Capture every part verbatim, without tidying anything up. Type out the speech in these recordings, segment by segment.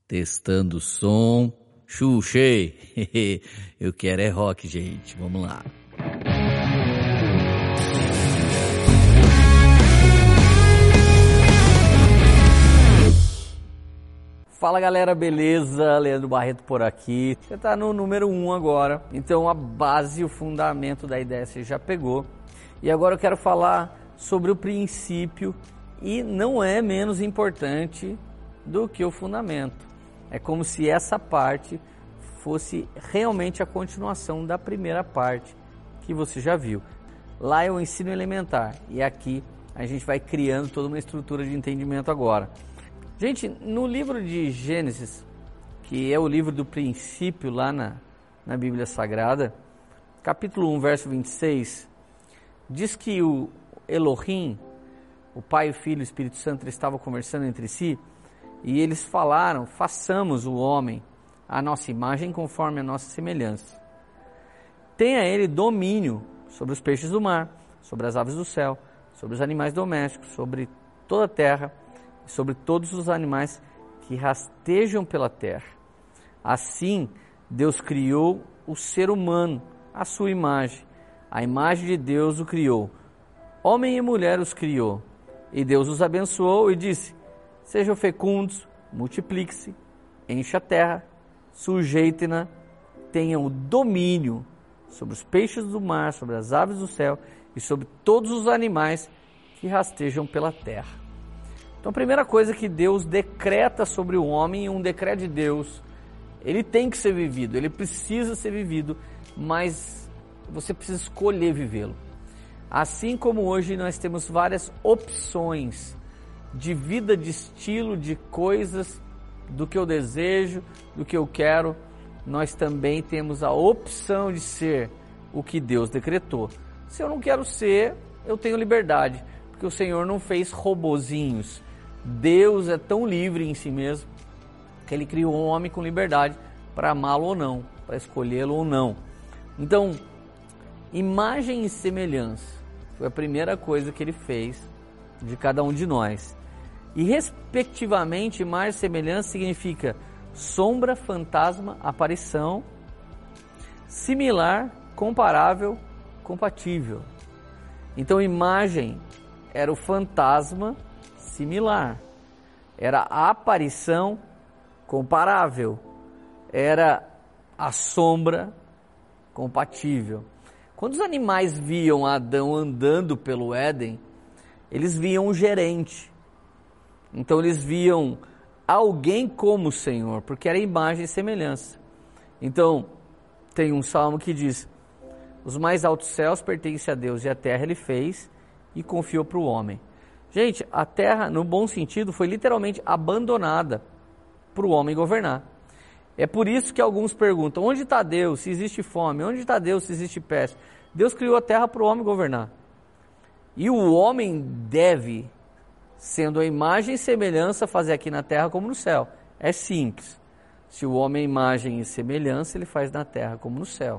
Testando o som. Xuxei. Eu quero é rock, gente. Vamos lá. Fala galera, beleza? Leandro Barreto por aqui. Você está no número um agora. Então a base, o fundamento da ideia você já pegou. E agora eu quero falar sobre o princípio e não é menos importante do que o fundamento. É como se essa parte fosse realmente a continuação da primeira parte que você já viu. Lá é o ensino elementar e aqui a gente vai criando toda uma estrutura de entendimento agora. Gente, no livro de Gênesis, que é o livro do princípio lá na, na Bíblia Sagrada, capítulo um, verso vinte e seis, diz que o Elohim, o Pai, o Filho e o Espírito Santo, eles estavam conversando entre si e eles falaram: façamos o homem a nossa imagem conforme a nossa semelhança. Tenha ele domínio sobre os peixes do mar, sobre as aves do céu, sobre os animais domésticos, sobre toda a terra, sobre todos os animais que rastejam pela terra. Assim, Deus criou o ser humano, à sua imagem. A imagem de Deus o criou. Homem e mulher os criou. E Deus os abençoou e disse: sejam fecundos, multipliquem-se, encha a terra, sujeitem-na, tenham o domínio sobre os peixes do mar, sobre as aves do céu e sobre todos os animais que rastejam pela terra. Então a primeira coisa que Deus decreta sobre o homem, um decreto de Deus, ele tem que ser vivido, ele precisa ser vivido, mas você precisa escolher vivê-lo. Assim como hoje nós temos várias opções de vida, de estilo, de coisas, do que eu desejo, do que eu quero, nós também temos a opção de ser o que Deus decretou. Se eu não quero ser, eu tenho liberdade, porque o Senhor não fez robozinhos. Deus é tão livre em si mesmo que Ele criou um homem com liberdade para amá-lo ou não, para escolhê-lo ou não. Então, imagem e semelhança foi a primeira coisa que Ele fez de cada um de nós. E, respectivamente, imagem e semelhança significa sombra, fantasma, aparição, similar, comparável, compatível. Então, imagem era o fantasma similar, era a aparição comparável, era a sombra compatível. Quando os animais viam Adão andando pelo Éden, eles viam um gerente. Então eles viam alguém como o Senhor, porque era imagem e semelhança. Então tem um salmo que diz: os mais altos céus pertencem a Deus e a terra Ele fez e confiou para o homem. Gente, a terra, no bom sentido, foi literalmente abandonada para o homem governar. É por isso que alguns perguntam: onde está Deus se existe fome? Onde está Deus se existe peste? Deus criou a terra para o homem governar. E o homem deve, sendo a imagem e semelhança, fazer aqui na terra como no céu. É simples. Se o homem é imagem e semelhança, ele faz na terra como no céu.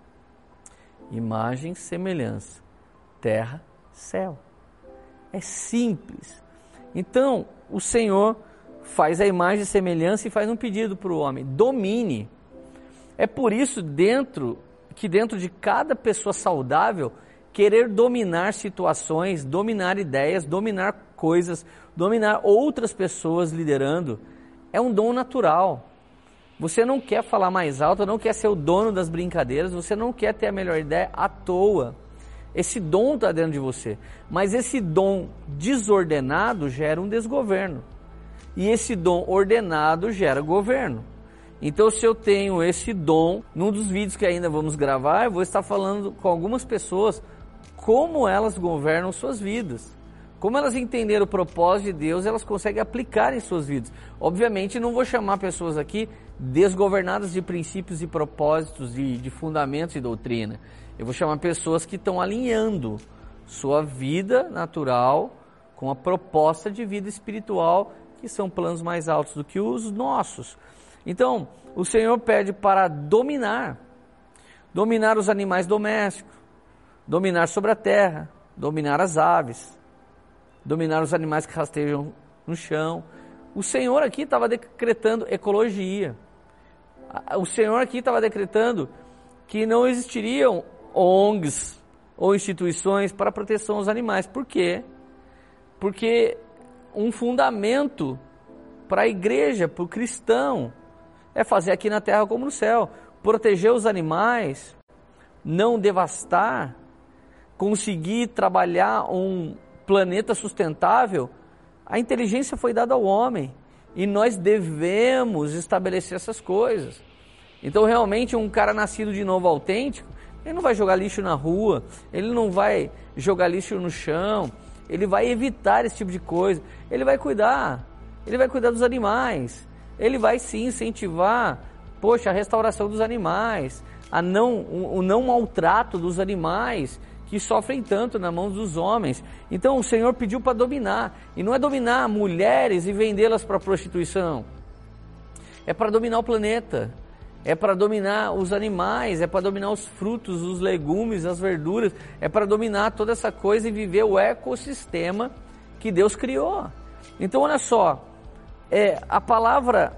Imagem, semelhança, terra, céu. É simples. Então, o Senhor faz a imagem e semelhança e faz um pedido para o homem: domine. É por isso dentro, que dentro de cada pessoa saudável, querer dominar situações, dominar ideias, dominar coisas, dominar outras pessoas liderando, é um dom natural. Você não quer falar mais alto, não quer ser o dono das brincadeiras, você não quer ter a melhor ideia à toa. Esse dom está dentro de você, mas esse dom desordenado gera um desgoverno, e esse dom ordenado gera governo. Então, se eu tenho esse dom, num dos vídeos que ainda vamos gravar, eu vou estar falando com algumas pessoas como elas governam suas vidas, como elas entenderam o propósito de Deus, elas conseguem aplicar em suas vidas. Obviamente não vou chamar pessoas aqui desgovernadas de princípios e propósitos, de, de fundamentos e doutrina. Eu vou chamar pessoas que estão alinhando sua vida natural com a proposta de vida espiritual, que são planos mais altos do que os nossos. Então, o Senhor pede para dominar, dominar os animais domésticos, dominar sobre a terra, dominar as aves, dominar os animais que rastejam no chão, O Senhor aqui estava decretando ecologia. O Senhor aqui estava decretando que não existiriam O N Gs ou instituições para proteção aos animais. Por quê? Porque um fundamento para a igreja, para o cristão, é fazer aqui na terra como no céu. Proteger os animais, não devastar, conseguir trabalhar um planeta sustentável. A inteligência foi dada ao homem e nós devemos estabelecer essas coisas. Então realmente um cara nascido de novo autêntico, ele não vai jogar lixo na rua, ele não vai jogar lixo no chão, ele vai evitar esse tipo de coisa, ele vai cuidar, ele vai cuidar dos animais, ele vai sim incentivar, poxa, a restauração dos animais, a não, o, o não maltrato dos animais, que sofrem tanto na mão dos homens. Então o Senhor pediu para dominar, e não é dominar mulheres e vendê-las para prostituição, é para dominar o planeta, é para dominar os animais, é para dominar os frutos, os legumes, as verduras, é para dominar toda essa coisa e viver o ecossistema que Deus criou. Então olha só, é, a palavra,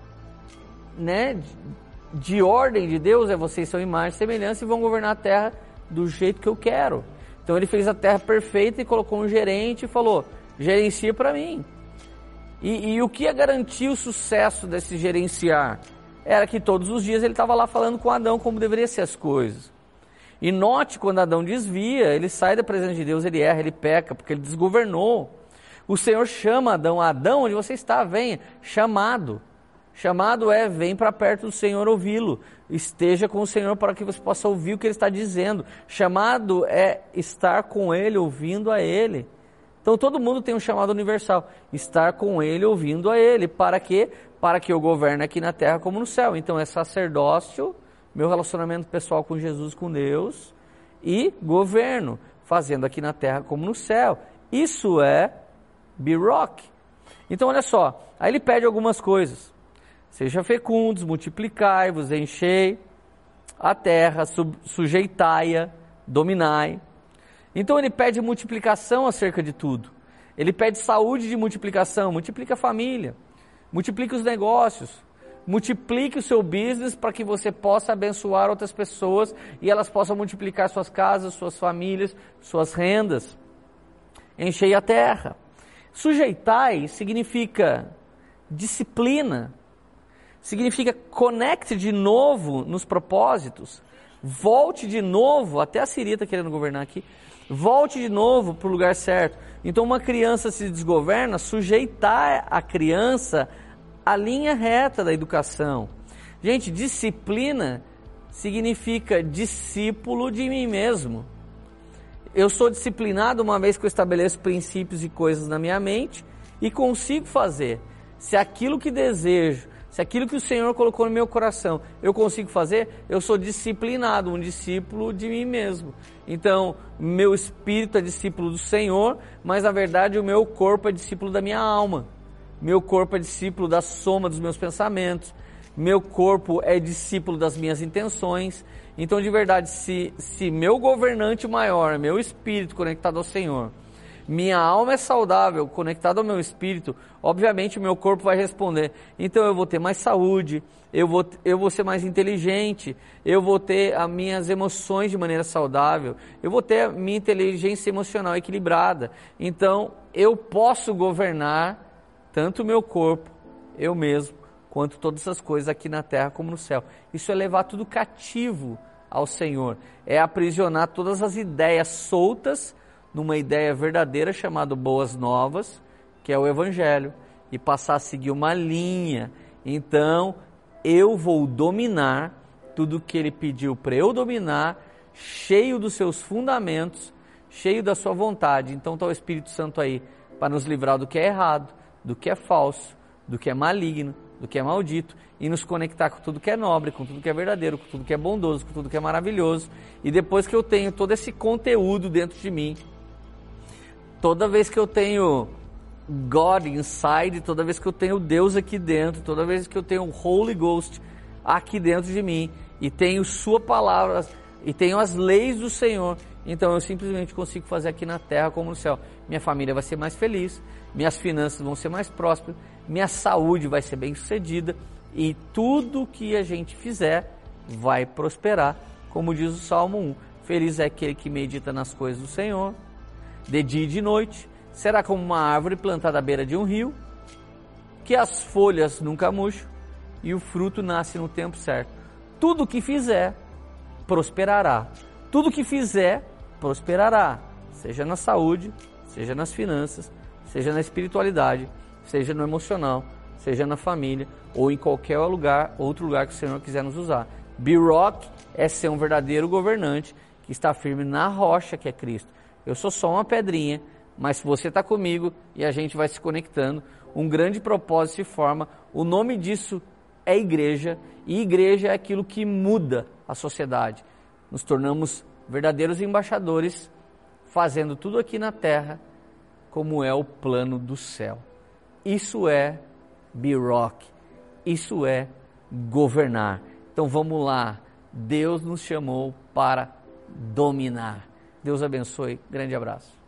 né, de, de ordem de Deus é: vocês são imagem e semelhança e vão governar a terra do jeito que eu quero. Então ele fez a terra perfeita e colocou um gerente e falou: gerencia para mim. E, e o que ia garantir o sucesso desse gerenciar? Era que todos os dias ele estava lá falando com Adão como deveriam ser as coisas. E note, quando Adão desvia, ele sai da presença de Deus, ele erra, ele peca, porque ele desgovernou. O Senhor chama Adão: Adão, onde você está? Venha. Chamado. Chamado é: vem para perto do Senhor ouvi-lo. Esteja com o Senhor para que você possa ouvir o que Ele está dizendo. Chamado é estar com Ele, ouvindo a Ele. Então todo mundo tem um chamado universal: estar com Ele, ouvindo a Ele. Para quê? Para que eu governe aqui na terra como no céu. Então é sacerdócio, meu relacionamento pessoal com Jesus, com Deus, e governo, fazendo aqui na terra como no céu. Isso é B-Rock. Então olha só, aí ele pede algumas coisas: seja fecundos, multiplicai-vos, enchei a terra, sujeitai-a, dominai. Então ele pede multiplicação acerca de tudo. Ele pede saúde de multiplicação, multiplica a família, multiplique os negócios, multiplique o seu business para que você possa abençoar outras pessoas e elas possam multiplicar suas casas, suas famílias, suas rendas. Enchei a terra. Sujeitai significa disciplina, significa conecte de novo nos propósitos, volte de novo, até a Siri está querendo governar aqui, volte de novo para o lugar certo. Então uma criança se desgoverna, sujeitar a criança à linha reta da educação. Gente, disciplina significa discípulo de mim mesmo. Eu sou disciplinado uma vez que eu estabeleço princípios e coisas na minha mente e consigo fazer. Se aquilo que desejo, se aquilo que o Senhor colocou no meu coração, eu consigo fazer, eu sou disciplinado, um discípulo de mim mesmo. Então, meu espírito é discípulo do Senhor, mas na verdade o meu corpo é discípulo da minha alma. Meu corpo é discípulo da soma dos meus pensamentos. Meu corpo é discípulo das minhas intenções. Então, de verdade, se, se meu governante maior é meu espírito conectado ao Senhor, minha alma é saudável, conectada ao meu espírito, obviamente o meu corpo vai responder. Então eu vou ter mais saúde, eu vou, eu vou ser mais inteligente, eu vou ter as minhas emoções de maneira saudável, eu vou ter a minha inteligência emocional equilibrada. Então eu posso governar tanto o meu corpo, eu mesmo, quanto todas as coisas aqui na terra como no céu. Isso é levar tudo cativo ao Senhor, é aprisionar todas as ideias soltas numa ideia verdadeira chamada Boas Novas, que é o Evangelho, e passar a seguir uma linha. Então, eu vou dominar tudo que Ele pediu para eu dominar, cheio dos seus fundamentos, cheio da sua vontade. Então está o Espírito Santo aí para nos livrar do que é errado, do que é falso, do que é maligno, do que é maldito, e nos conectar com tudo que é nobre, com tudo que é verdadeiro, com tudo que é bondoso, com tudo que é maravilhoso. E depois que eu tenho todo esse conteúdo dentro de mim, toda vez que eu tenho God inside, toda vez que eu tenho Deus aqui dentro, toda vez que eu tenho o Holy Ghost aqui dentro de mim, e tenho sua palavra, e tenho as leis do Senhor, então eu simplesmente consigo fazer aqui na terra como no céu. Minha família vai ser mais feliz, minhas finanças vão ser mais prósperas, minha saúde vai ser bem sucedida e tudo que a gente fizer vai prosperar, como diz o Salmo um. Feliz é aquele que medita nas coisas do Senhor, de dia e de noite, será como uma árvore plantada à beira de um rio, que as folhas nunca murcham e o fruto nasce no tempo certo. Tudo que fizer, prosperará. Tudo que fizer, prosperará. Seja na saúde, seja nas finanças, seja na espiritualidade, seja no emocional, seja na família ou em qualquer lugar, outro lugar que o Senhor quiser nos usar. Be Rock é ser um verdadeiro governante que está firme na rocha que é Cristo. Eu sou só uma pedrinha, mas se você está comigo e a gente vai se conectando, um grande propósito se forma. O nome disso é igreja, e igreja é aquilo que muda a sociedade. Nos tornamos verdadeiros embaixadores, fazendo tudo aqui na terra como é o plano do céu. Isso é Be Rock, isso é governar. Então vamos lá, Deus nos chamou para dominar. Deus abençoe, grande abraço.